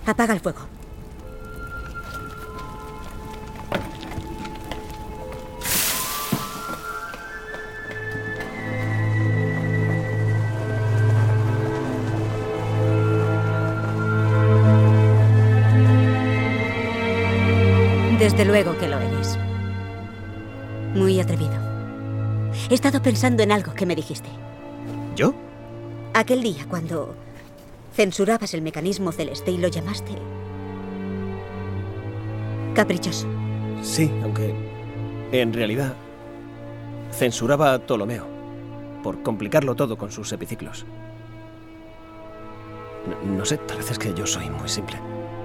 Apaga el fuego. Desde luego que lo eres. Muy atrevido. He estado pensando en algo que me dijiste. ¿Yo? Aquel día cuando censurabas el mecanismo celeste y lo llamaste caprichoso. Sí, aunque en realidad censuraba a Ptolomeo por complicarlo todo con sus epiciclos. No sé, tal vez es que yo soy muy simple.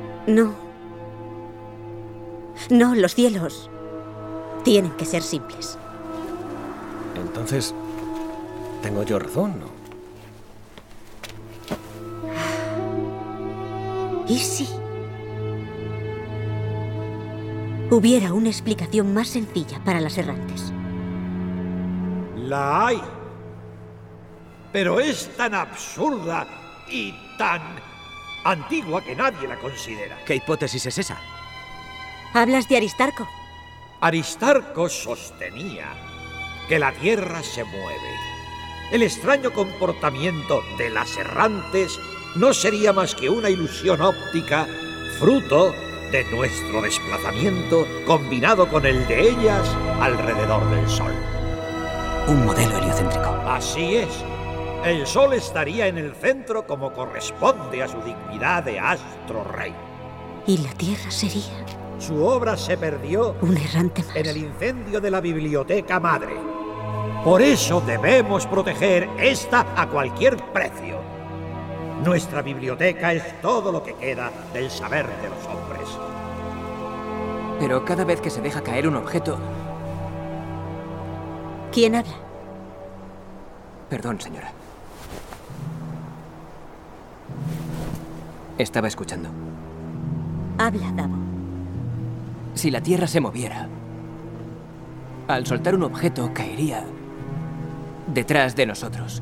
No, los cielos tienen que ser simples. Entonces, ¿tengo yo razón, no? ¿Y si hubiera una explicación más sencilla para las errantes? La hay. Pero es tan absurda y tan antigua que nadie la considera. ¿Qué hipótesis es esa? ¿Hablas de Aristarco? Aristarco sostenía que la Tierra se mueve. El extraño comportamiento de las errantes no sería más que una ilusión óptica, fruto de nuestro desplazamiento combinado con el de ellas alrededor del Sol. Un modelo heliocéntrico. Así es. El Sol estaría en el centro como corresponde a su dignidad de astro rey. ¿Y la Tierra sería Su obra se perdió un errante más? en el incendio de la biblioteca madre. Por eso debemos proteger esta a cualquier precio. Nuestra biblioteca es todo lo que queda del saber de los hombres. Pero cada vez que se deja caer un objeto... ¿Quién habla? Perdón, señora. Estaba escuchando. Habla, Davo. Si la Tierra se moviera, al soltar un objeto caería detrás de nosotros.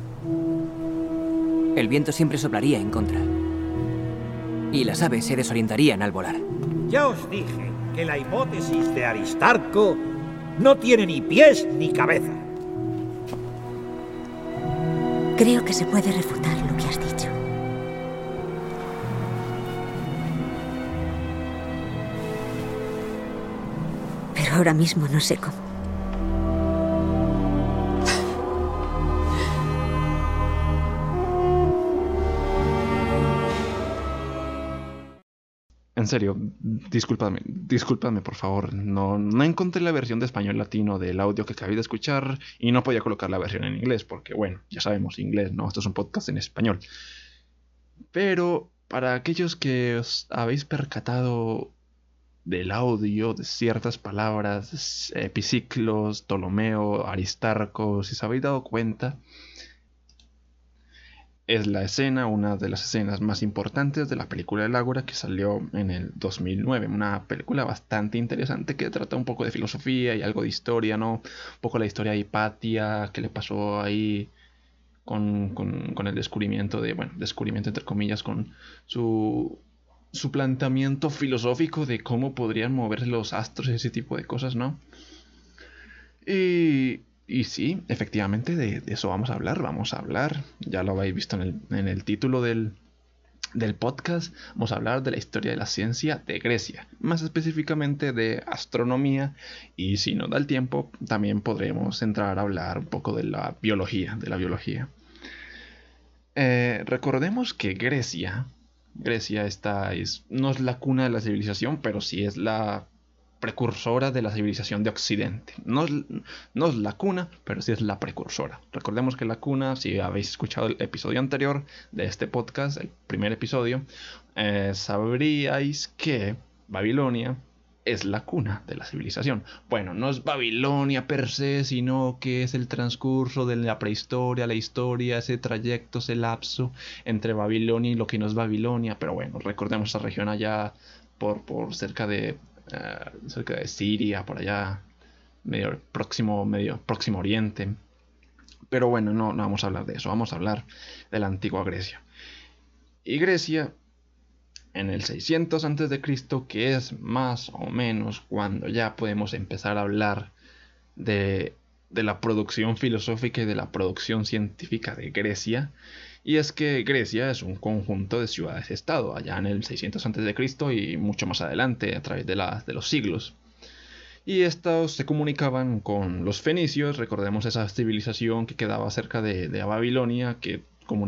El viento siempre soplaría en contra. Y las aves se desorientarían al volar. Ya os dije que la hipótesis de Aristarco no tiene ni pies ni cabeza. Creo que se puede refutar lo que has dicho. Pero ahora mismo no sé cómo. En serio, discúlpame por favor. No encontré la versión de español latino del audio que acabé de escuchar y no podía colocar la versión en inglés porque, bueno, ya sabemos inglés, ¿no? Esto es un podcast en español. Pero para aquellos que os habéis percatado del audio, de ciertas palabras, epiciclos, Ptolomeo, Aristarco, si os habéis dado cuenta, es la escena, una de las escenas más importantes de la película El Ágora, que salió en el 2009. Una película bastante interesante que trata un poco de filosofía y algo de historia, ¿no? Un poco la historia de Hipatia, qué le pasó ahí con el descubrimiento descubrimiento entre comillas, con su planteamiento filosófico de cómo podrían moverse los astros y ese tipo de cosas, ¿no? Y sí, efectivamente de eso vamos a hablar, ya lo habéis visto en el título del podcast. Vamos a hablar de la historia de la ciencia de Grecia, más específicamente de astronomía, y si nos da el tiempo también podremos entrar a hablar un poco de la biología. Recordemos que Grecia no es la cuna de la civilización, pero sí es la precursora de la civilización de Occidente. No es la cuna, pero sí es la precursora. Recordemos que la cuna, si habéis escuchado el episodio anterior de este podcast, el primer episodio, sabríais que Babilonia es la cuna de la civilización. Bueno, no es Babilonia per se, sino que es el transcurso de la prehistoria, la historia, ese trayecto, ese lapso entre Babilonia y lo que no es Babilonia. Pero bueno, recordemos esa región allá por cerca de Siria, por allá, medio próximo Oriente. Pero bueno, no vamos a hablar de eso, vamos a hablar de la antigua Grecia. Y Grecia en el 600 a.C., que es más o menos cuando ya podemos empezar a hablar de la producción filosófica y de la producción científica de Grecia. Y es que Grecia es un conjunto de ciudades-estado, allá en el 600 a.C. y mucho más adelante, a través de los siglos. Y estos se comunicaban con los fenicios. Recordemos esa civilización que quedaba cerca de Babilonia, que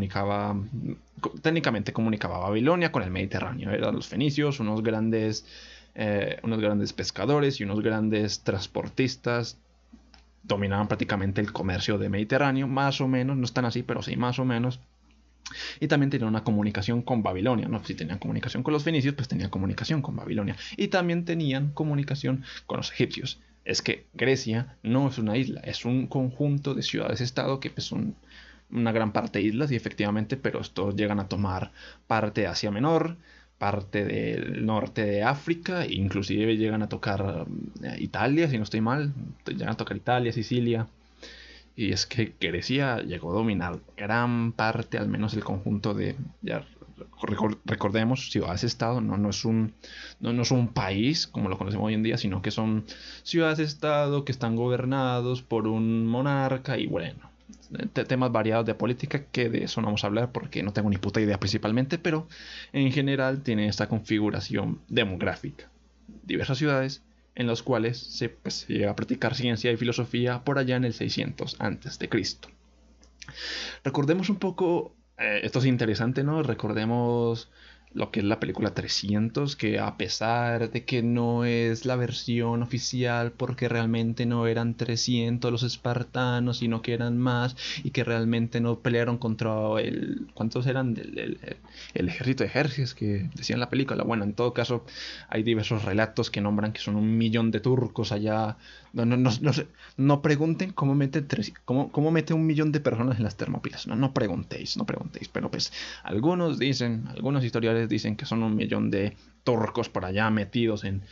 técnicamente comunicaba Babilonia con el Mediterráneo. Eran los fenicios, unos grandes pescadores y unos grandes transportistas. Dominaban prácticamente el comercio de Mediterráneo, más o menos, no están así, pero sí, más o menos. Y también tenían una comunicación con Babilonia, ¿no? Si tenían comunicación con los fenicios, pues tenían comunicación con Babilonia. Y también tenían comunicación con los egipcios. Es que Grecia no es una isla, es un conjunto de ciudades-estado que pues, son una gran parte de islas, y efectivamente, pero estos llegan a tomar parte de Asia Menor, parte del norte de África, e inclusive llegan a tocar Italia, si no estoy mal, llegan a tocar Italia, Sicilia. Y es que Grecia llegó a dominar gran parte, al menos el conjunto de, ya recordemos, ciudades-estado, no es un país como lo conocemos hoy en día, sino que son ciudades-estado que están gobernados por un monarca y bueno, temas variados de política, que de eso no vamos a hablar porque no tengo ni puta idea principalmente, pero en general tiene esta configuración demográfica. Diversas ciudades en las cuales se llega a practicar ciencia y filosofía por allá en el 600 a.C. Recordemos un poco, esto es interesante, ¿no? Recordemos lo que es la película 300, que a pesar de que no es la versión oficial, porque realmente no eran 300 los espartanos, sino que eran más, y que realmente no pelearon contra ¿cuántos eran? El ejército de Jerjes, que decían la película. Bueno, en todo caso, hay diversos relatos que nombran que son 1.000.000 de turcos allá. No pregunten cómo mete 1.000.000 de personas en las Termópilas. No preguntéis, pero pues algunos historiadores dicen que son 1.000.000 de turcos por allá metidos en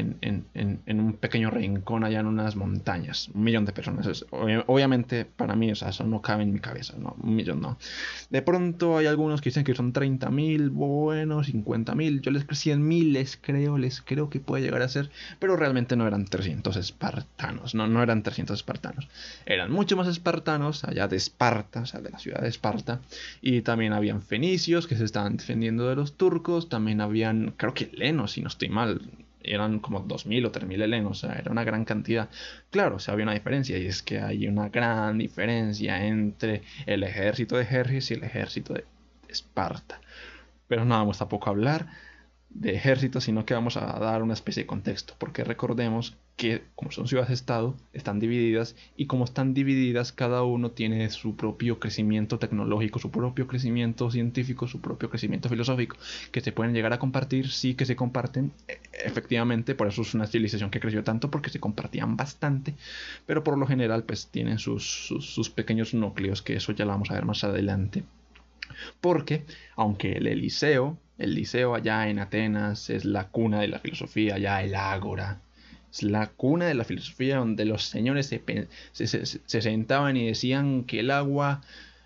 un pequeño rincón allá en unas montañas. 1.000.000 de personas. Obviamente para mí, o sea, eso no cabe en mi cabeza, ¿no? 1.000.000 no. De pronto hay algunos que dicen que son 30.000, bueno, 50.000. Yo 100.000 les creo que puede llegar a ser, pero realmente no eran 300 espartanos. No eran 300 espartanos. Eran mucho más espartanos allá de Esparta, o sea, de la ciudad de Esparta. Y también habían fenicios que se estaban defendiendo de los turcos. También habían, creo que helenos, si no estoy mal. Eran como 2.000 o 3.000 helenos, o sea, era una gran cantidad. Claro, o sea, había una diferencia, y es que hay una gran diferencia entre el ejército de Jerjes y el ejército de Esparta. Pero no vamos tampoco a hablar de ejércitos, sino que vamos a dar una especie de contexto, porque recordemos que como son ciudades-estado, están divididas, y como están divididas, cada uno tiene su propio crecimiento tecnológico, su propio crecimiento científico, su propio crecimiento filosófico, que se pueden llegar a compartir, sí que se comparten, efectivamente. Por eso es una civilización que creció tanto, porque se compartían bastante, pero por lo general pues tienen sus pequeños núcleos, que eso ya lo vamos a ver más adelante. Porque aunque el liceo allá en Atenas es la cuna de la filosofía, allá el ágora es la cuna de la filosofía, donde los señores se sentaban y decían que el agua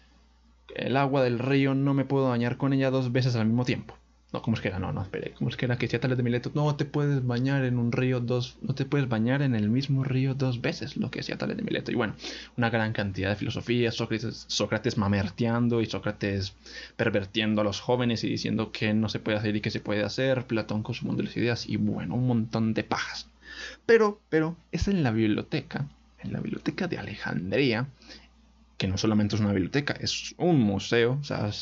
del río no me puedo bañar con ella 2 veces al mismo tiempo. No, ¿cómo es que era? No, espere. ¿Cómo es que era? Que decía Tales de Mileto, no te puedes bañar en un río no te puedes bañar en el mismo río 2 veces, lo que decía Tales de Mileto. Y bueno, una gran cantidad de filosofía, Sócrates mamerteando y Sócrates pervertiendo a los jóvenes y diciendo que no se puede hacer y que se puede hacer, Platón con su mundo de las ideas, y bueno, un montón de pajas. Pero es en la biblioteca de Alejandría, que no solamente es una biblioteca, es un museo. O sea,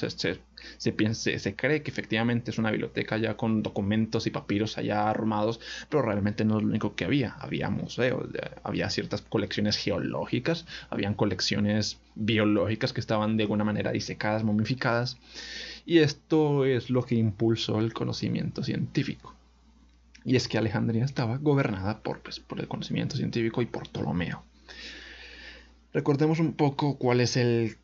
se cree que efectivamente es una biblioteca ya con documentos y papiros allá armados, pero realmente no es lo único que había museos, había ciertas colecciones geológicas, habían colecciones biológicas que estaban de alguna manera disecadas, momificadas, y esto es lo que impulsó el conocimiento científico. Y es que Alejandría estaba gobernada por el conocimiento científico y por Ptolomeo. Recordemos un poco cuál es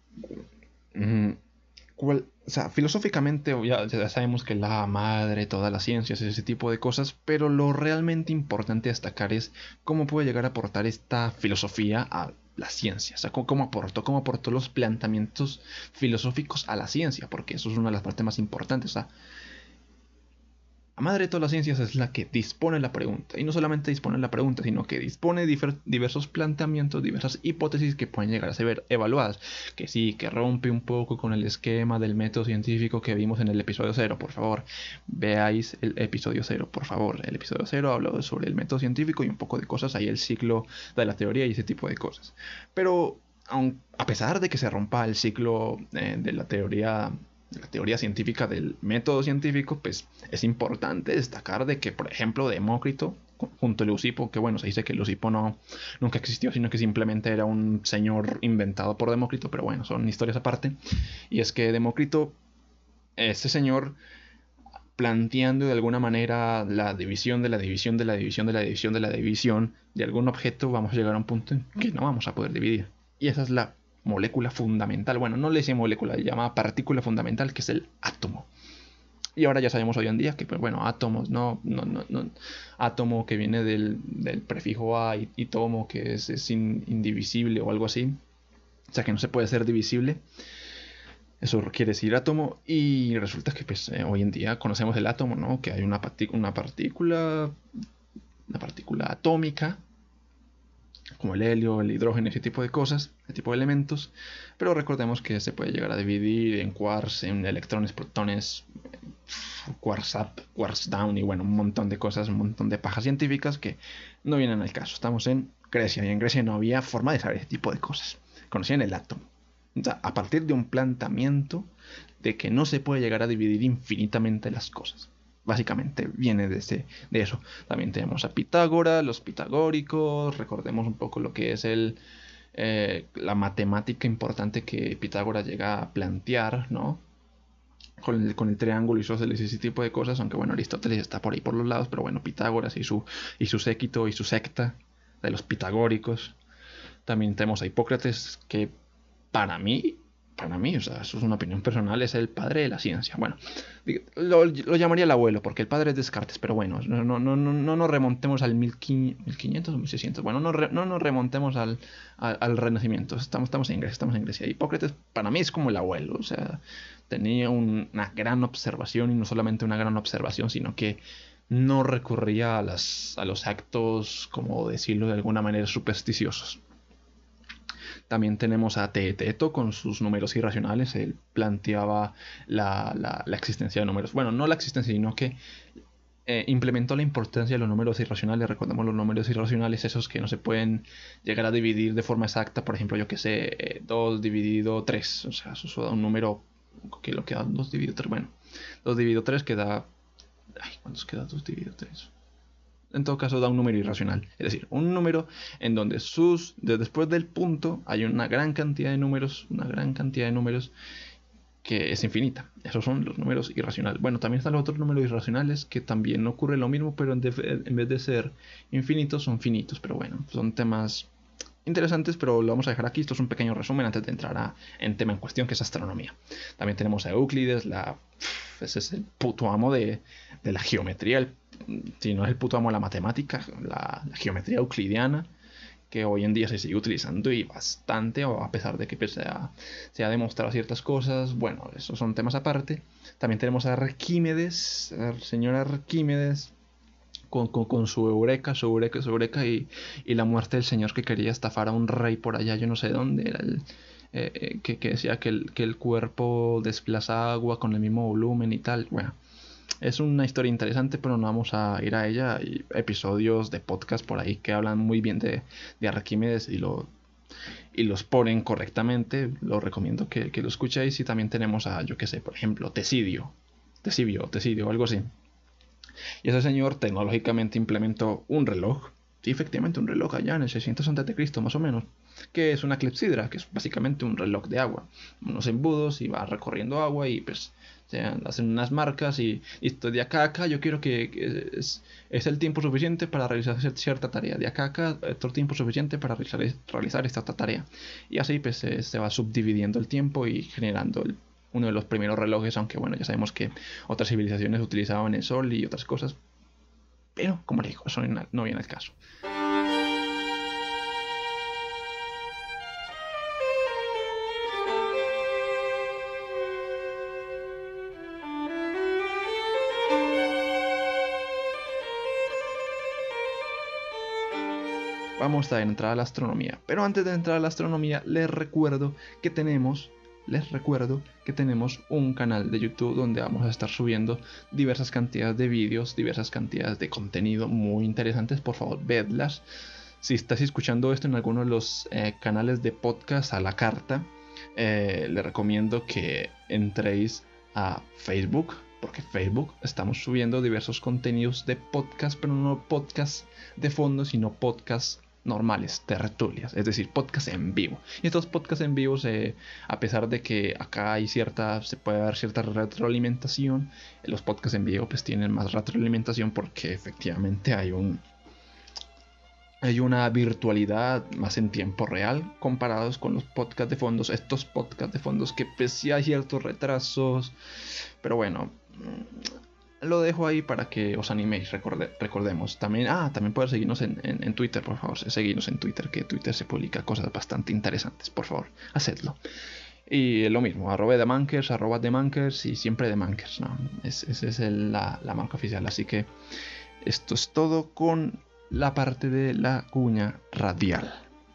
o sea, filosóficamente ya sabemos que la madre de todas las ciencias es ese tipo de cosas, pero lo realmente importante a destacar es cómo puede llegar a aportar esta filosofía a la ciencia. O sea, cómo aportó los planteamientos filosóficos a la ciencia, porque eso es una de las partes más importantes. O sea, La madre de todas las ciencias es la que dispone la pregunta. Y no solamente dispone la pregunta, sino que dispone diversos planteamientos, diversas hipótesis que pueden llegar a ser evaluadas. Que sí, que rompe un poco con el esquema del método científico que vimos en el episodio 0. Por favor, veáis el episodio 0, por favor. El episodio 0 habla sobre el método científico y un poco de cosas. Ahí el ciclo de la teoría y ese tipo de cosas. Pero a pesar de que se rompa el ciclo de la teoría científica del método científico, pues es importante destacar de que, por ejemplo, Demócrito junto a Leucipo, que bueno, se dice que Leucipo nunca existió, sino que simplemente era un señor inventado por Demócrito, pero bueno, son historias aparte. Y es que Demócrito, este señor, planteando de alguna manera la división de la división de la división de la división de la división de algún objeto, vamos a llegar a un punto en que no vamos a poder dividir. Y esa es la molécula fundamental. Bueno, no le dice molécula, le llama partícula fundamental, que es el átomo. Y ahora ya sabemos hoy en día que, pues bueno, átomos, no. Átomo que viene del prefijo a y tomo, que es indivisible o algo así. O sea, que no se puede ser divisible. Eso quiere decir átomo. Y resulta que, pues, hoy en día conocemos el átomo, ¿no? Que hay una partícula atómica, como el helio, el hidrógeno, ese tipo de cosas, ese tipo de elementos. Pero recordemos que se puede llegar a dividir en quarks, en electrones, protones, quarks up, quarks down y bueno, un montón de cosas, un montón de pajas científicas que no vienen al caso. Estamos en Grecia y en Grecia no había forma de saber ese tipo de cosas. Conocían el átomo. O sea, a partir de un planteamiento de que no se puede llegar a dividir infinitamente las cosas. Básicamente viene de eso. También tenemos a Pitágoras, los pitagóricos. Recordemos un poco lo que es la matemática importante que Pitágoras llega a plantear, ¿no? Con el triángulo isósceles y ese tipo de cosas. Aunque bueno, Aristóteles está por ahí por los lados. Pero bueno, Pitágoras y su séquito y su secta de los pitagóricos. También tenemos a Hipócrates, que para mí, o sea, eso es una opinión personal, es el padre de la ciencia. Bueno, lo llamaría el abuelo, porque el padre es Descartes, pero bueno, no nos remontemos al 1500 o 1600. Bueno, no nos remontemos al Renacimiento. Estamos en Grecia. Hipócrates para mí es como el abuelo, o sea, tenía una gran observación, y no solamente una gran observación, sino que no recurría a los actos, como decirlo de alguna manera, supersticiosos. También tenemos a Teeteto con sus números irracionales. Él planteaba la existencia de números. Bueno, no la existencia, sino que implementó la importancia de los números irracionales. Recordemos los números irracionales, esos que no se pueden llegar a dividir de forma exacta. Por ejemplo, yo que sé, 2 dividido 3. O sea, eso da un número que lo que da 2 dividido 3. Bueno, 2 dividido 3 queda... ¿cuántos queda 2 dividido 3? En todo caso da un número irracional, es decir, un número en donde después del punto hay una gran cantidad de números que es infinita. Esos son los números irracionales. Bueno, también están los otros números irracionales que también ocurre lo mismo, pero en vez de ser infinitos son finitos. Pero bueno, son temas interesantes, pero lo vamos a dejar aquí. Esto es un pequeño resumen antes de entrar en tema en cuestión, que es astronomía. También tenemos a Euclides, ese es el puto amo de la geometría, si no es el puto amo de la matemática, la geometría euclidiana, que hoy en día se sigue utilizando y bastante, o a pesar de que pues, se ha demostrado ciertas cosas. Bueno, esos son temas aparte. También tenemos a Arquímedes, al señor Arquímedes, con su eureka y la muerte del señor que quería estafar a un rey por allá, yo no sé dónde era que decía que el cuerpo desplaza agua con el mismo volumen y tal. Bueno, es una historia interesante, pero no vamos a ir a ella. Hay episodios de podcast por ahí que hablan muy bien de Arquímedes y los ponen correctamente. Lo recomiendo que lo escuchéis. Y también tenemos a, yo que sé, por ejemplo, Tesibio, algo así. Y ese señor tecnológicamente implementó un reloj. Sí, efectivamente, un reloj allá en el 600 a.C., más o menos, que es una clepsidra, que es básicamente un reloj de agua. Unos embudos y va recorriendo agua y pues se hacen unas marcas y esto de acá a acá yo quiero que es el tiempo suficiente para realizar cierta tarea. De acá a acá otro tiempo suficiente para realizar esta otra tarea. Y así pues se va subdividiendo el tiempo y generando uno de los primeros relojes, aunque bueno, ya sabemos que otras civilizaciones utilizaban el sol y otras cosas. Pero, como le digo, eso no viene al caso. vamos a entrar a la astronomía. Pero antes de entrar a la astronomía, les recuerdo que tenemos un canal de YouTube donde vamos a estar subiendo diversas cantidades de vídeos, diversas cantidades de contenido muy interesantes. Por favor, vedlas. Si estás escuchando esto en alguno de los canales de podcast a la carta, les recomiendo que entréis a Facebook, porque Facebook estamos subiendo diversos contenidos de podcast, pero no podcast de fondo, sino podcast normales, tertulias, es decir, podcast en vivo. Y estos podcasts en vivo, a pesar de que acá se puede dar cierta retroalimentación, los podcasts en vivo pues tienen más retroalimentación porque efectivamente hay una virtualidad más en tiempo real comparados con los podcasts de fondos. Estos podcasts de fondos que pues sí hay ciertos retrasos, pero bueno, lo dejo ahí para que os animéis. Recordemos también puedes seguirnos en Twitter, por favor. Seguidnos en Twitter, que en Twitter se publica cosas bastante interesantes. Por favor, hacedlo. Y lo mismo, @TheMankers y siempre TheMankers, ¿no? Esa es la marca oficial. Así que esto es todo con la parte de la cuña radial.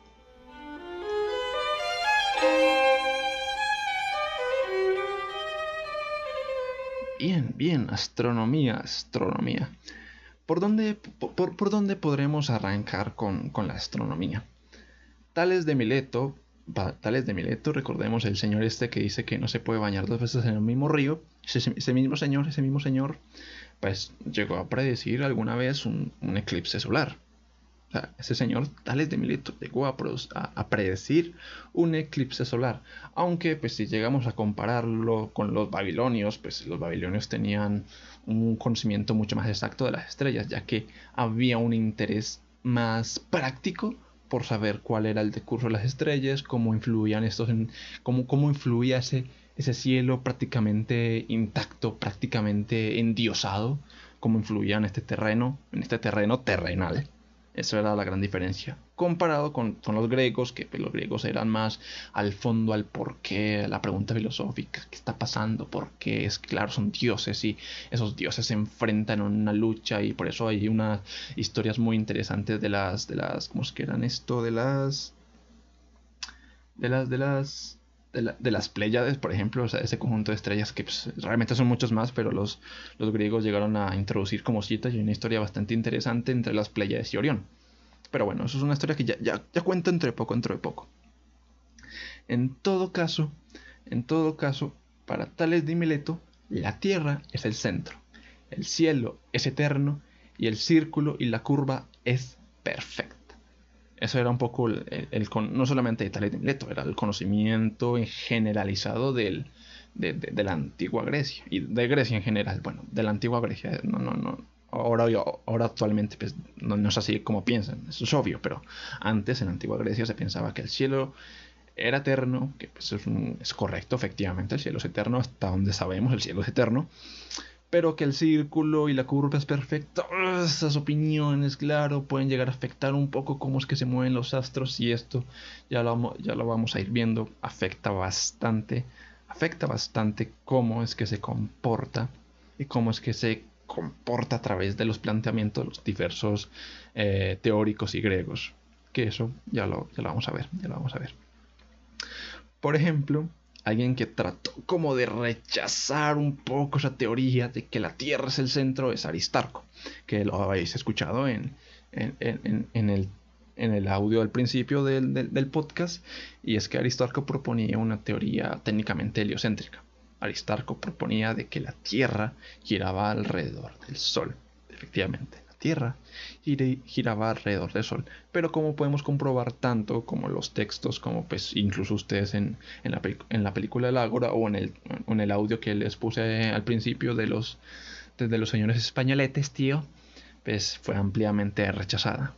Bien, astronomía. ¿Por dónde podremos arrancar con la astronomía? Tales de Mileto, recordemos el señor este que dice que no se puede bañar 2 veces en el mismo río. Ese mismo señor, pues llegó a predecir alguna vez un eclipse solar. O sea, ese señor Tales de Mileto llegó a predecir un eclipse solar. Aunque pues si llegamos a compararlo con los babilonios, pues los babilonios tenían un conocimiento mucho más exacto de las estrellas, ya que había un interés más práctico por saber cuál era el decurso de las estrellas, cómo influían cómo influía ese cielo prácticamente intacto, prácticamente endiosado, cómo influía en este terreno terrenal. Eso era la gran diferencia. Comparado con los griegos, que pues, los griegos eran más al fondo, al porqué, la pregunta filosófica, ¿qué está pasando? ¿Por qué? Es claro, son dioses y esos dioses se enfrentan en una lucha, y por eso hay unas historias muy interesantes de las ¿cómo es que eran esto? De las Pléyades, por ejemplo, o sea, ese conjunto de estrellas que pues, realmente son muchos más, pero los griegos llegaron a introducir como 7, y una historia bastante interesante entre las Pléyades y Orión. Pero bueno, eso es una historia que ya cuento dentro de poco. En todo caso, para Tales de Mileto, la Tierra es el centro, el cielo es eterno, y el círculo y la curva es perfecta. Eso era un poco no solamente de Tales de Mileto, era el conocimiento generalizado de la antigua Grecia, y de Grecia en general. Bueno, de la antigua Grecia, ahora actualmente pues, no es así como piensan, eso es obvio, pero antes en la antigua Grecia se pensaba que el cielo era eterno, que pues, es correcto, efectivamente, el cielo es eterno, hasta donde sabemos el cielo es eterno, pero que el círculo y la curva es perfecta. Esas opiniones, claro, pueden llegar a afectar un poco cómo es que se mueven los astros, y esto ya lo vamos a ir viendo. Afecta bastante cómo es que se comporta y cómo es que se comporta a través de los planteamientos de los diversos teóricos y griegos, que eso ya lo vamos a ver. Por ejemplo, alguien que trató como de rechazar un poco esa teoría de que la Tierra es el centro es Aristarco, que lo habéis escuchado en el audio al principio del podcast, y es que Aristarco proponía una teoría técnicamente heliocéntrica. Aristarco proponía de que la Tierra giraba alrededor del Sol. Efectivamente, la Tierra giraba alrededor del Sol, pero como podemos comprobar tanto como los textos, como pues incluso ustedes en la película del Ágora, o en el audio que les puse al principio de los señores españoletes, tío, pues fue ampliamente rechazada.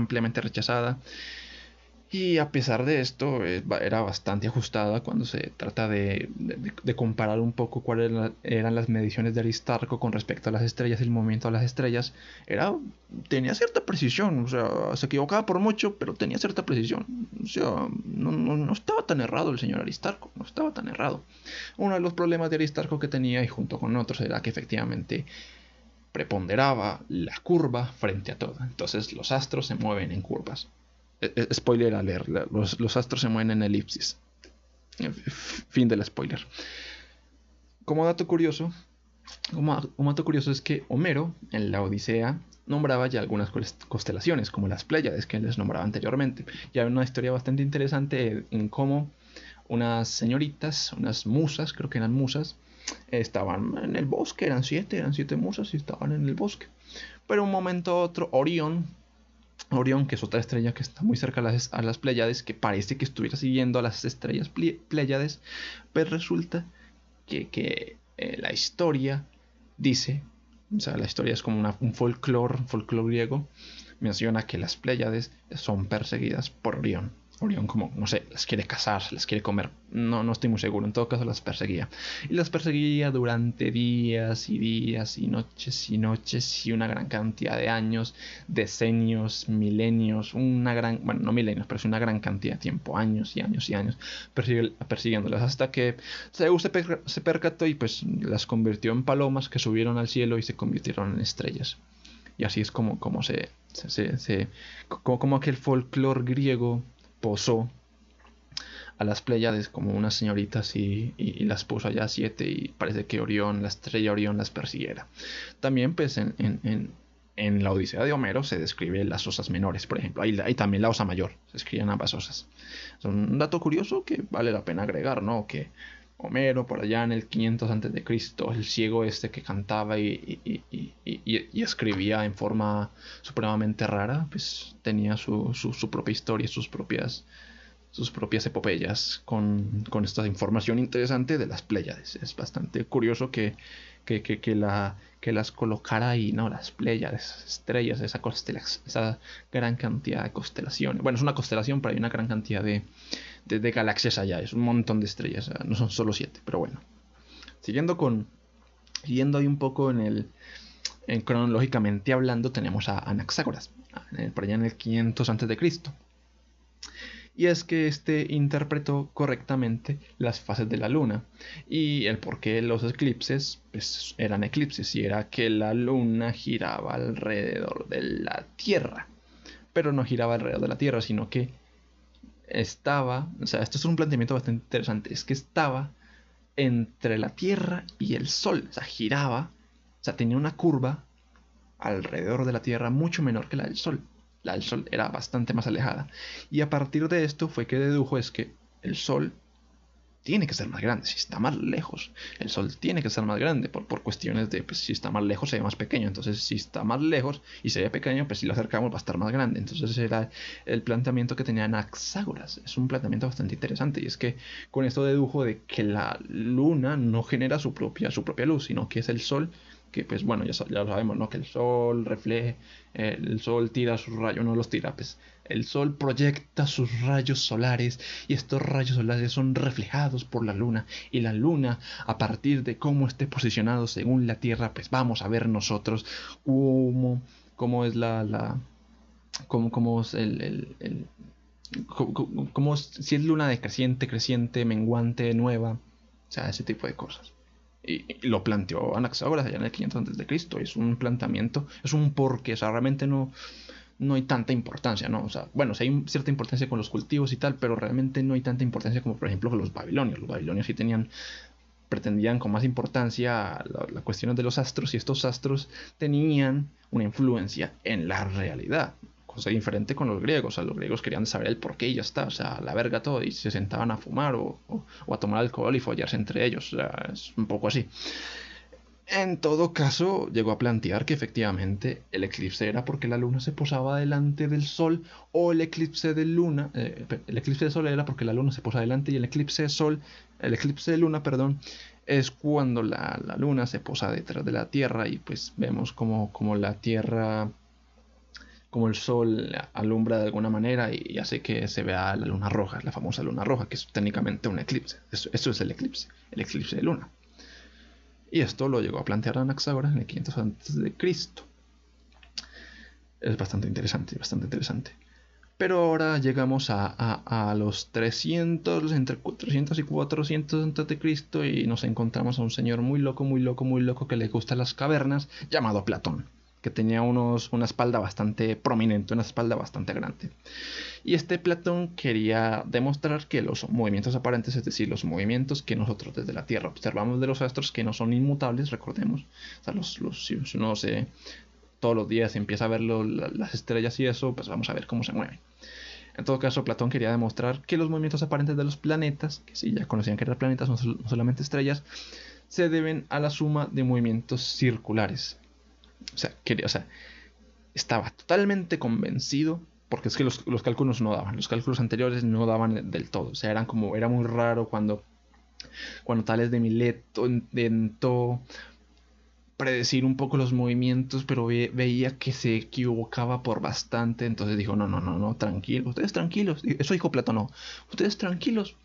Y a pesar de esto, era bastante ajustada cuando se trata de comparar un poco cuáles eran las mediciones de Aristarco con respecto a las estrellas y el movimiento de las estrellas. Tenía cierta precisión, o sea, se equivocaba por mucho, pero tenía cierta precisión. O sea, no estaba tan errado el señor Aristarco, no estaba tan errado. Uno de los problemas de Aristarco que tenía, y junto con otros, era que efectivamente preponderaba la curva frente a todo. Entonces los astros se mueven en curvas. Spoiler alert, los astros se mueven en elipsis. Fin del spoiler. Como dato curioso es que Homero, en la Odisea, nombraba ya algunas constelaciones, como las Pléyades, que les nombraba anteriormente. Y hay una historia bastante interesante en cómo unas señoritas, unas musas, creo que eran musas, estaban en el bosque, eran siete musas y estaban en el bosque. Pero un momento a otro, Orión, que es otra estrella que está muy cerca a las Pléyades, que parece que estuviera siguiendo a las estrellas Pléyades, pues resulta que la historia dice, o sea, la historia es como un folclore griego, menciona que las Pléyades son perseguidas por Orión. Orión, como, no sé, las quiere cazar, las quiere comer. No estoy muy seguro. En todo caso, las perseguía. Y las perseguía durante días y días y noches y una gran cantidad de años, decenios, milenios, bueno, no milenios, pero es una gran cantidad de tiempo, años y años y años, persiguiéndolas hasta que Zeus se percató y pues las convirtió en palomas que subieron al cielo y se convirtieron en estrellas. Y así es como aquel folclore griego posó a las Pléyades como unas señoritas y las puso allá 7 y parece que Orión, la estrella Orión, las persiguiera. También pues en la Odisea de Homero se describe las osas menores, por ejemplo. Hay también la osa mayor, se escriben ambas osas. Es un dato curioso que vale la pena agregar, ¿no? Que Homero, por allá en el 500 a.C., el ciego este que cantaba y escribía en forma supremamente rara, pues tenía su propia historia, sus propias epopeyas con esta información interesante de las Pléyades. Es bastante curioso que las colocara ahí, ¿no? Las Pléyades, estrellas, esa gran cantidad de constelaciones. Bueno, es una constelación, pero hay una gran cantidad de galaxias allá. Es un montón de estrellas, no son solo 7, pero bueno. Siguiendo ahí un poco cronológicamente hablando, tenemos a Anaxágoras, por allá en el 500 a.C. Y es que interpretó correctamente las fases de la luna y el por qué los eclipses pues, eran eclipses, y era que la luna giraba alrededor de la Tierra, pero no giraba alrededor de la Tierra, sino que estaba, o sea, esto es un planteamiento bastante interesante, es que estaba entre la Tierra y el Sol, o sea, giraba, o sea, tenía una curva alrededor de la Tierra mucho menor que la del Sol. La del Sol era bastante más alejada. Y a partir de esto fue que dedujo es que el Sol tiene que ser más grande. Si está más lejos, el Sol tiene que ser más grande. Por cuestiones de, pues si está más lejos se ve más pequeño. Entonces si está más lejos y se ve pequeño, pues si lo acercamos va a estar más grande. Entonces era el planteamiento que tenía Anaxágoras. Es un planteamiento bastante interesante. Y es que con esto dedujo de que la Luna no genera su propia luz, sino que es el Sol, que pues bueno, ya lo sabemos, ¿no? Que el Sol el Sol tira sus rayos, no los tira, pues el Sol proyecta sus rayos solares y estos rayos solares son reflejados por la Luna, y la Luna, a partir de cómo esté posicionado según la Tierra, pues vamos a ver nosotros cómo es cómo es si es luna decreciente, creciente, menguante, nueva, o sea, ese tipo de cosas. Y lo planteó Anaxágoras allá en el 500 a.C. Es un planteamiento, es un porqué, o sea, realmente no hay tanta importancia, ¿no? O sea, bueno, sí hay cierta importancia con los cultivos y tal, pero realmente no hay tanta importancia como, por ejemplo, con los babilonios. Los babilonios sí pretendían con más importancia la cuestión de los astros, y estos astros tenían una influencia en la realidad. Cosa diferente con los griegos. O sea, los griegos querían saber el porqué y ya está, o sea, la verga todo, y se sentaban a fumar o a tomar alcohol y follarse entre ellos, o sea, es un poco así. En todo caso, llegó a plantear que efectivamente el eclipse era porque la luna se posaba delante del sol, o el eclipse de sol era porque la luna se posa delante, y el eclipse de luna, es cuando la luna se posa detrás de la Tierra, y pues vemos como la Tierra, como el sol alumbra de alguna manera y hace que se vea la luna roja, la famosa luna roja, que es técnicamente un eclipse. Eso es el eclipse de luna. Y esto lo llegó a plantear Anaxágoras en el 500 a.C. Es bastante interesante. Pero ahora llegamos a los 300, entre 300 y 400 a.C. y nos encontramos a un señor muy loco que le gustan las cavernas, llamado Platón, que tenía una espalda bastante prominente, una espalda bastante grande. Y Platón quería demostrar que los movimientos aparentes, es decir, los movimientos que nosotros desde la Tierra observamos de los astros, que no son inmutables, recordemos, o sea, si uno todos los días empieza a ver las estrellas y eso, pues vamos a ver cómo se mueven. En todo caso, Platón quería demostrar que los movimientos aparentes de los planetas, que sí ya conocían que eran planetas, no solamente estrellas, se deben a la suma de movimientos circulares. O sea, estaba totalmente convencido, porque es que los cálculos no daban, los cálculos anteriores no daban del todo. O sea, era muy raro cuando Tales de Mileto intentó predecir un poco los movimientos, pero veía que se equivocaba por bastante. Entonces dijo, no, tranquilo, ustedes tranquilos. Eso dijo Platón, no, ustedes tranquilos.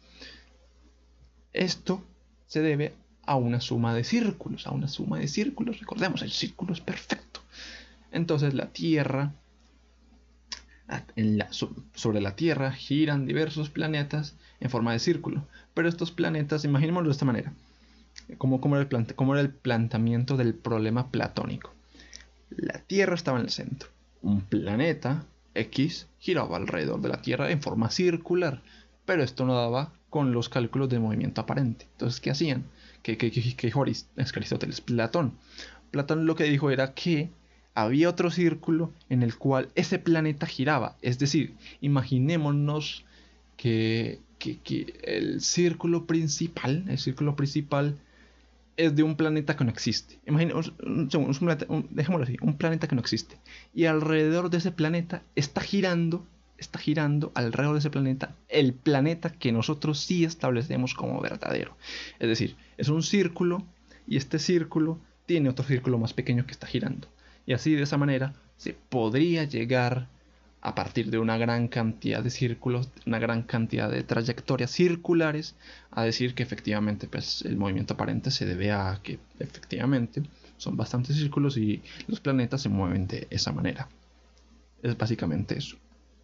Esto se debe a una suma de círculos, recordemos, el círculo es perfecto. Entonces la Tierra, sobre la Tierra giran diversos planetas en forma de círculo, pero estos planetas, imaginémoslo de esta manera, cómo era el planteamiento del problema platónico. La Tierra estaba en el centro, un planeta X giraba alrededor de la Tierra en forma circular, pero esto no daba con los cálculos de movimiento aparente. Entonces, ¿qué hacían? ¿Qué dijo Aristóteles? Platón lo que dijo era que había otro círculo en el cual ese planeta giraba. Es decir, imaginémonos que el círculo principal es de un planeta que no existe. Imaginemos, dejémoslo así, un planeta que no existe. Y alrededor de ese planeta está girando alrededor de ese planeta el planeta que nosotros sí establecemos como verdadero. Es decir, es un círculo y este círculo tiene otro círculo más pequeño que está girando. Y así, de esa manera, se podría llegar, a partir de una gran cantidad de círculos, una gran cantidad de trayectorias circulares, a decir que efectivamente pues, el movimiento aparente se debe a que efectivamente son bastantes círculos y los planetas se mueven de esa manera. Es básicamente eso.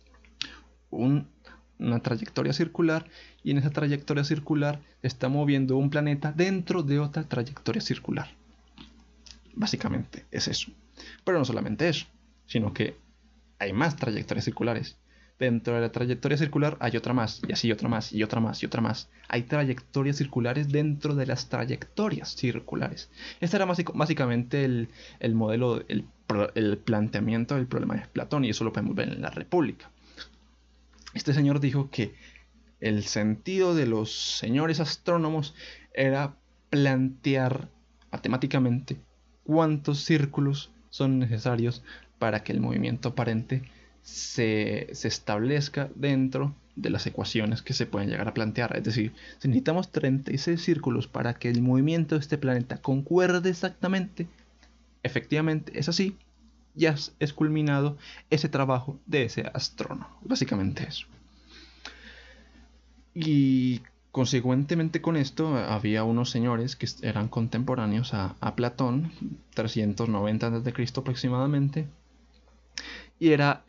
Una trayectoria circular, y en esa trayectoria circular se está moviendo un planeta dentro de otra trayectoria circular. Básicamente es eso. Pero no solamente eso, sino que hay más trayectorias circulares. Dentro de la trayectoria circular hay otra más, y así otra más, y otra más, y otra más. Hay trayectorias circulares dentro de las trayectorias circulares. Este era básicamente el modelo, el planteamiento del problema de Platón, y eso lo podemos ver en la República. Este señor dijo que el sentido de los señores astrónomos era plantear matemáticamente cuántos círculos son necesarios para que el movimiento aparente se establezca dentro de las ecuaciones que se pueden llegar a plantear. Es decir, si necesitamos 36 círculos para que el movimiento de este planeta concuerde exactamente, efectivamente es así. Ya es culminado ese trabajo de ese astrónomo. Básicamente eso. Y consecuentemente con esto había unos señores que eran contemporáneos a Platón, 390 a.C. aproximadamente, y era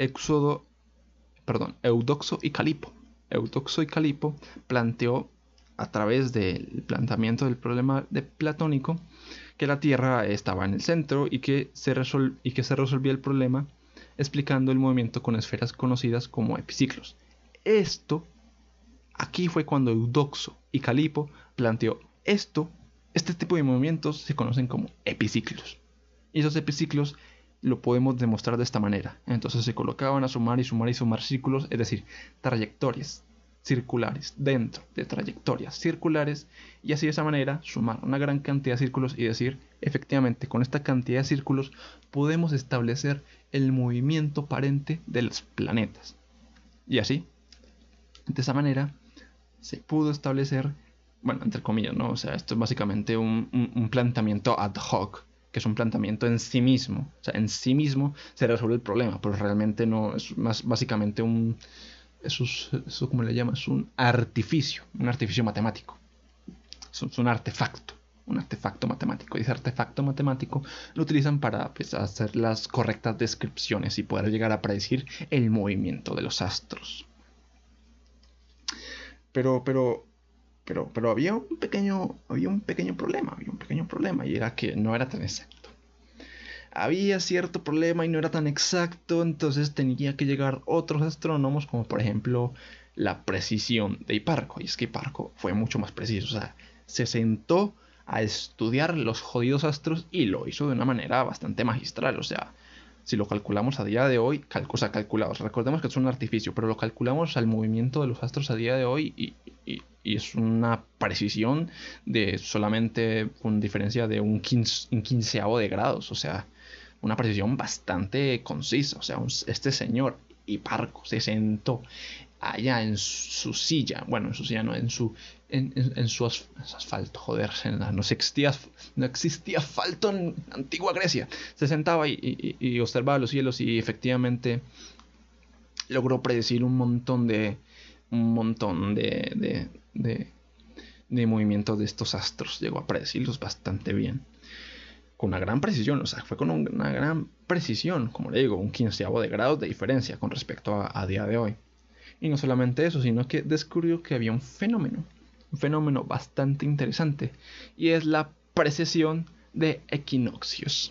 Eudoxo y Calipo. Eudoxo y Calipo planteó, a través del planteamiento del problema platónico, que la Tierra estaba en el centro y que se resolvía el problema explicando el movimiento con esferas conocidas como epiciclos. Aquí fue cuando Eudoxo y Calipo planteó este tipo de movimientos se conocen como epiciclos. Y esos epiciclos lo podemos demostrar de esta manera. Entonces se colocaban a sumar y sumar y sumar círculos, es decir, trayectorias circulares dentro de trayectorias circulares, y así de esa manera sumar una gran cantidad de círculos y decir, efectivamente, con esta cantidad de círculos podemos establecer el movimiento aparente de los planetas. Y así, de esa manera, se pudo establecer, bueno, entre comillas, ¿no? O sea, esto es básicamente un planteamiento ad hoc, que es un planteamiento en sí mismo. O sea, en sí mismo se resuelve el problema, pero realmente no, es más básicamente eso ¿cómo le llamas? Es un artificio matemático. Es un artefacto matemático. Y ese artefacto matemático lo utilizan para pues, hacer las correctas descripciones y poder llegar a predecir el movimiento de los astros. Pero había un pequeño problema, y era que no era tan exacto. había cierto problema y no era tan exacto, entonces tenía que llegar otros astrónomos, como por ejemplo la precisión de Hiparco. Y es que Hiparco fue mucho más preciso, o sea, se sentó a estudiar los jodidos astros y lo hizo de una manera bastante magistral. O sea, si lo calculamos a día de hoy, calculados, recordemos que es un artificio, pero lo calculamos al movimiento de los astros a día de hoy y es una precisión de solamente con diferencia de un quinceavo de grados. O sea, una precisión bastante concisa. O sea, este señor Hiparco se sentó allá en su silla, bueno, en su silla no, en su asfalto, joder, no existía asfalto en antigua Grecia. Se sentaba y observaba los cielos y efectivamente logró predecir un montón de movimientos de estos astros. Llegó a predecirlos bastante bien, con una gran precisión. O sea, fue con una gran precisión, como le digo, un quinceavo de grados de diferencia con respecto a día de hoy. Y no solamente eso, sino que descubrió que había un fenómeno bastante interesante, y es la precesión de equinoccios.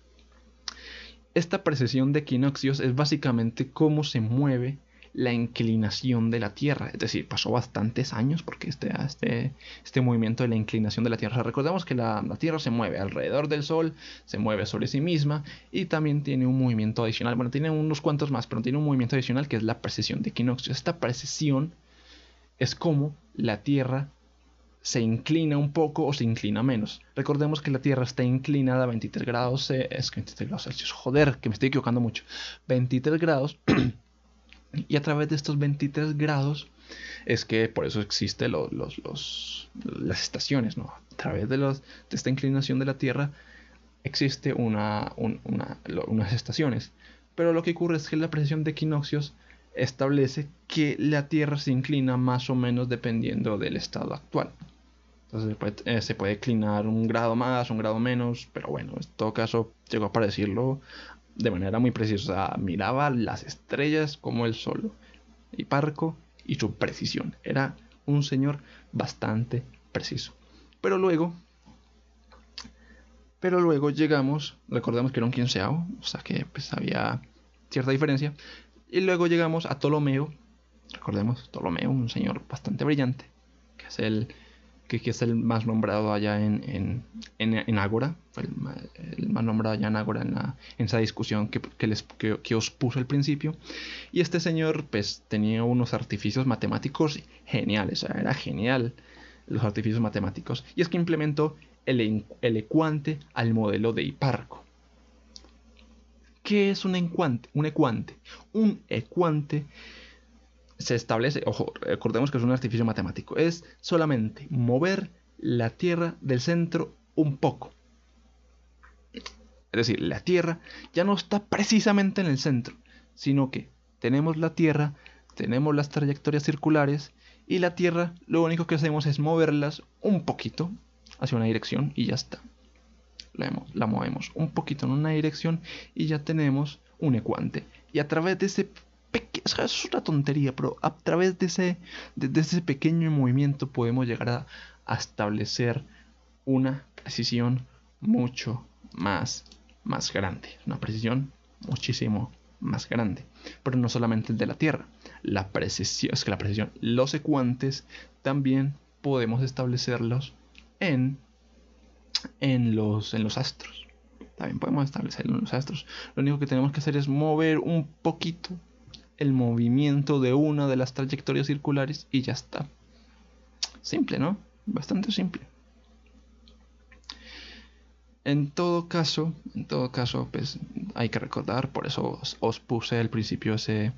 Esta precesión de equinoccios es básicamente cómo se mueve la inclinación de la Tierra. Es decir, pasó bastantes años porque este movimiento de la inclinación de la Tierra, recordemos que la Tierra se mueve alrededor del Sol, se mueve sobre sí misma y también tiene un movimiento adicional. Bueno, tiene unos cuantos más, pero tiene un movimiento adicional que es la precesión de equinoccios. Esta precesión es como la Tierra se inclina un poco o se inclina menos. Recordemos que la Tierra está inclinada a 23 grados, 23 grados Celsius, joder, que me estoy equivocando mucho, 23 grados. Y a través de estos 23 grados es que por eso existen las estaciones, ¿no? A través de esta inclinación de la Tierra existe unas estaciones. Pero lo que ocurre es que la precesión de equinoccios establece que la Tierra se inclina más o menos dependiendo del estado actual. Entonces se puede inclinar un grado más, un grado menos, pero bueno, en todo caso llegó a predecirlo de manera muy precisa. Miraba las estrellas como él solo. Hiparco y su precisión. Era un señor bastante preciso. Pero luego llegamos, recordemos que era un quinceavo, o sea que pues había cierta diferencia. Y luego llegamos a Ptolomeo. Recordemos, Ptolomeo, un señor bastante brillante, que es el más nombrado allá en Ágora. Fue el más nombrado allá en Ágora en esa discusión que os puse al principio. Y este señor pues tenía unos artificios matemáticos geniales. O sea, era genial los artificios matemáticos. Y es que implementó el ecuante al modelo de Hiparco. ¿Qué es un ecuante? Un ecuante se establece, ojo, recordemos que es un artificio matemático, es solamente mover la Tierra del centro un poco. Es decir, la Tierra ya no está precisamente en el centro, sino que tenemos la Tierra, tenemos las trayectorias circulares, y la Tierra lo único que hacemos es moverlas un poquito hacia una dirección y ya está. La movemos un poquito en una dirección y ya tenemos un ecuante. Y a través de ese es una tontería, pero a través de ese pequeño movimiento podemos llegar a establecer una precisión mucho más grande. Una precisión muchísimo más grande. Pero no solamente el de la Tierra. La precisión, los ecuantes también podemos establecerlos en los astros. También podemos establecerlo en los astros. Lo único que tenemos que hacer es mover un poquito el movimiento de una de las trayectorias circulares y ya está. Simple, ¿no? Bastante simple. En todo caso, pues hay que recordar, por eso os puse al principio esa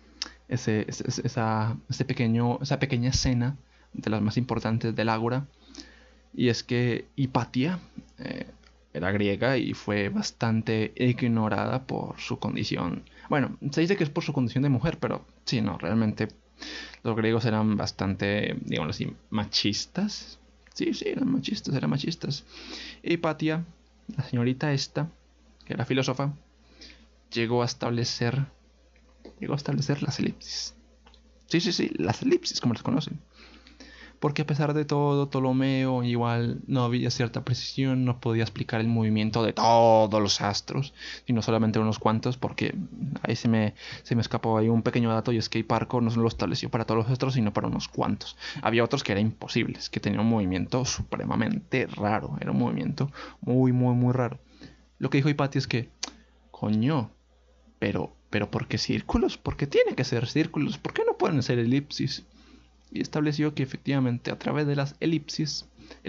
pequeña escena de las más importantes del Ágora. Y es que Hipatia era griega y fue bastante ignorada por su condición. Bueno, se dice que es por su condición de mujer, pero sí, no, realmente los griegos eran bastante, digamos así, machistas. Sí, eran machistas. Hipatia, la señorita esta, que era filósofa, llegó a establecer las elipsis. Sí, las elipsis, como las conocen. porque a pesar de todo, Ptolomeo igual no había cierta precisión, no podía explicar el movimiento de todos los astros, sino solamente unos cuantos, porque ahí se me escapó ahí un pequeño dato, y es que Hiparco no solo lo estableció para todos los astros, sino para unos cuantos. Había otros que eran imposibles, que tenían un movimiento supremamente raro, era un movimiento muy, muy, muy raro. Lo que dijo Hipatia es que, coño, pero ¿por qué círculos? ¿Por qué tiene que ser círculos? ¿Por qué no pueden ser elipsis? Y estableció que efectivamente a través de las elipses,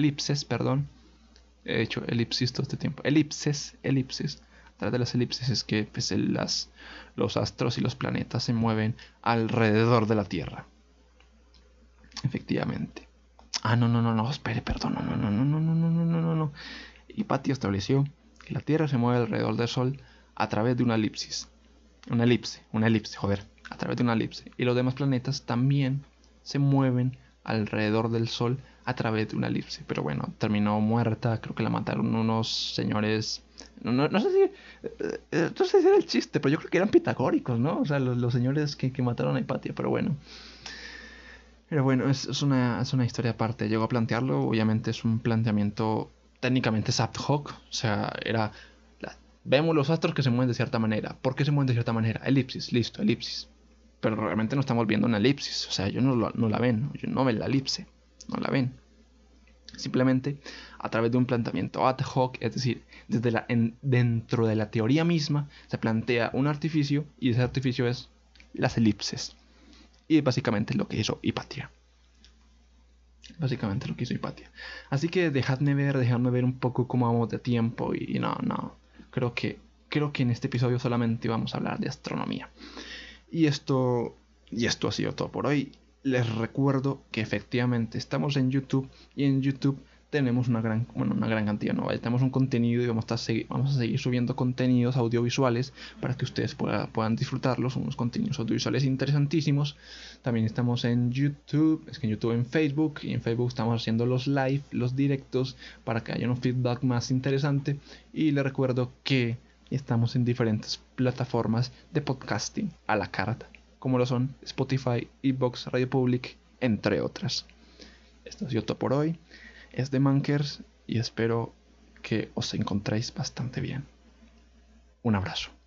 he hecho elipsis todo este tiempo, elipses, a través de las elipses es que pues, los astros y los planetas se mueven alrededor de la Tierra. Efectivamente. No, espere, perdón, no. Hipatia estableció que la Tierra se mueve alrededor del Sol a través de una elipsis. Una elipse, a través de una elipse. Y los demás planetas también se mueven alrededor del Sol a través de una elipse. Pero bueno, terminó muerta. Creo que la mataron unos señores. No sé si era el chiste, pero yo creo que eran pitagóricos, ¿no? O sea, los señores que mataron a Hipatia. Pero bueno, es una historia aparte. Llegó a plantearlo. Obviamente es un planteamiento técnicamente es ad hoc. O sea, vemos los astros que se mueven de cierta manera. ¿Por qué se mueven de cierta manera? Elipsis, listo, elipsis. Pero realmente no estamos viendo una elipsis. O sea, ellos no la ven. Ellos no ven la elipse. No la ven. Simplemente a través de un planteamiento ad hoc, es decir, dentro de la teoría misma, se plantea un artificio, y ese artificio es las elipses. Y básicamente lo que hizo Hipatia. Así que dejadme ver un poco cómo vamos de tiempo. Y no. Creo que en este episodio solamente vamos a hablar de astronomía. Y esto ha sido todo por hoy. Les recuerdo que efectivamente estamos en YouTube, y en YouTube tenemos una gran cantidad, ¿no? Tenemos un contenido, y vamos a seguir subiendo contenidos audiovisuales para que ustedes puedan disfrutarlos. Unos contenidos audiovisuales interesantísimos. También estamos en YouTube, en Facebook, y en Facebook estamos haciendo los live, los directos, para que haya un feedback más interesante. Y les recuerdo que estamos en diferentes plataformas de podcasting a la carta, como lo son Spotify, iVoox, Radio Public, entre otras. Esto ha sido todo por hoy. Es de Mankers, y espero que os encontréis bastante bien. Un abrazo.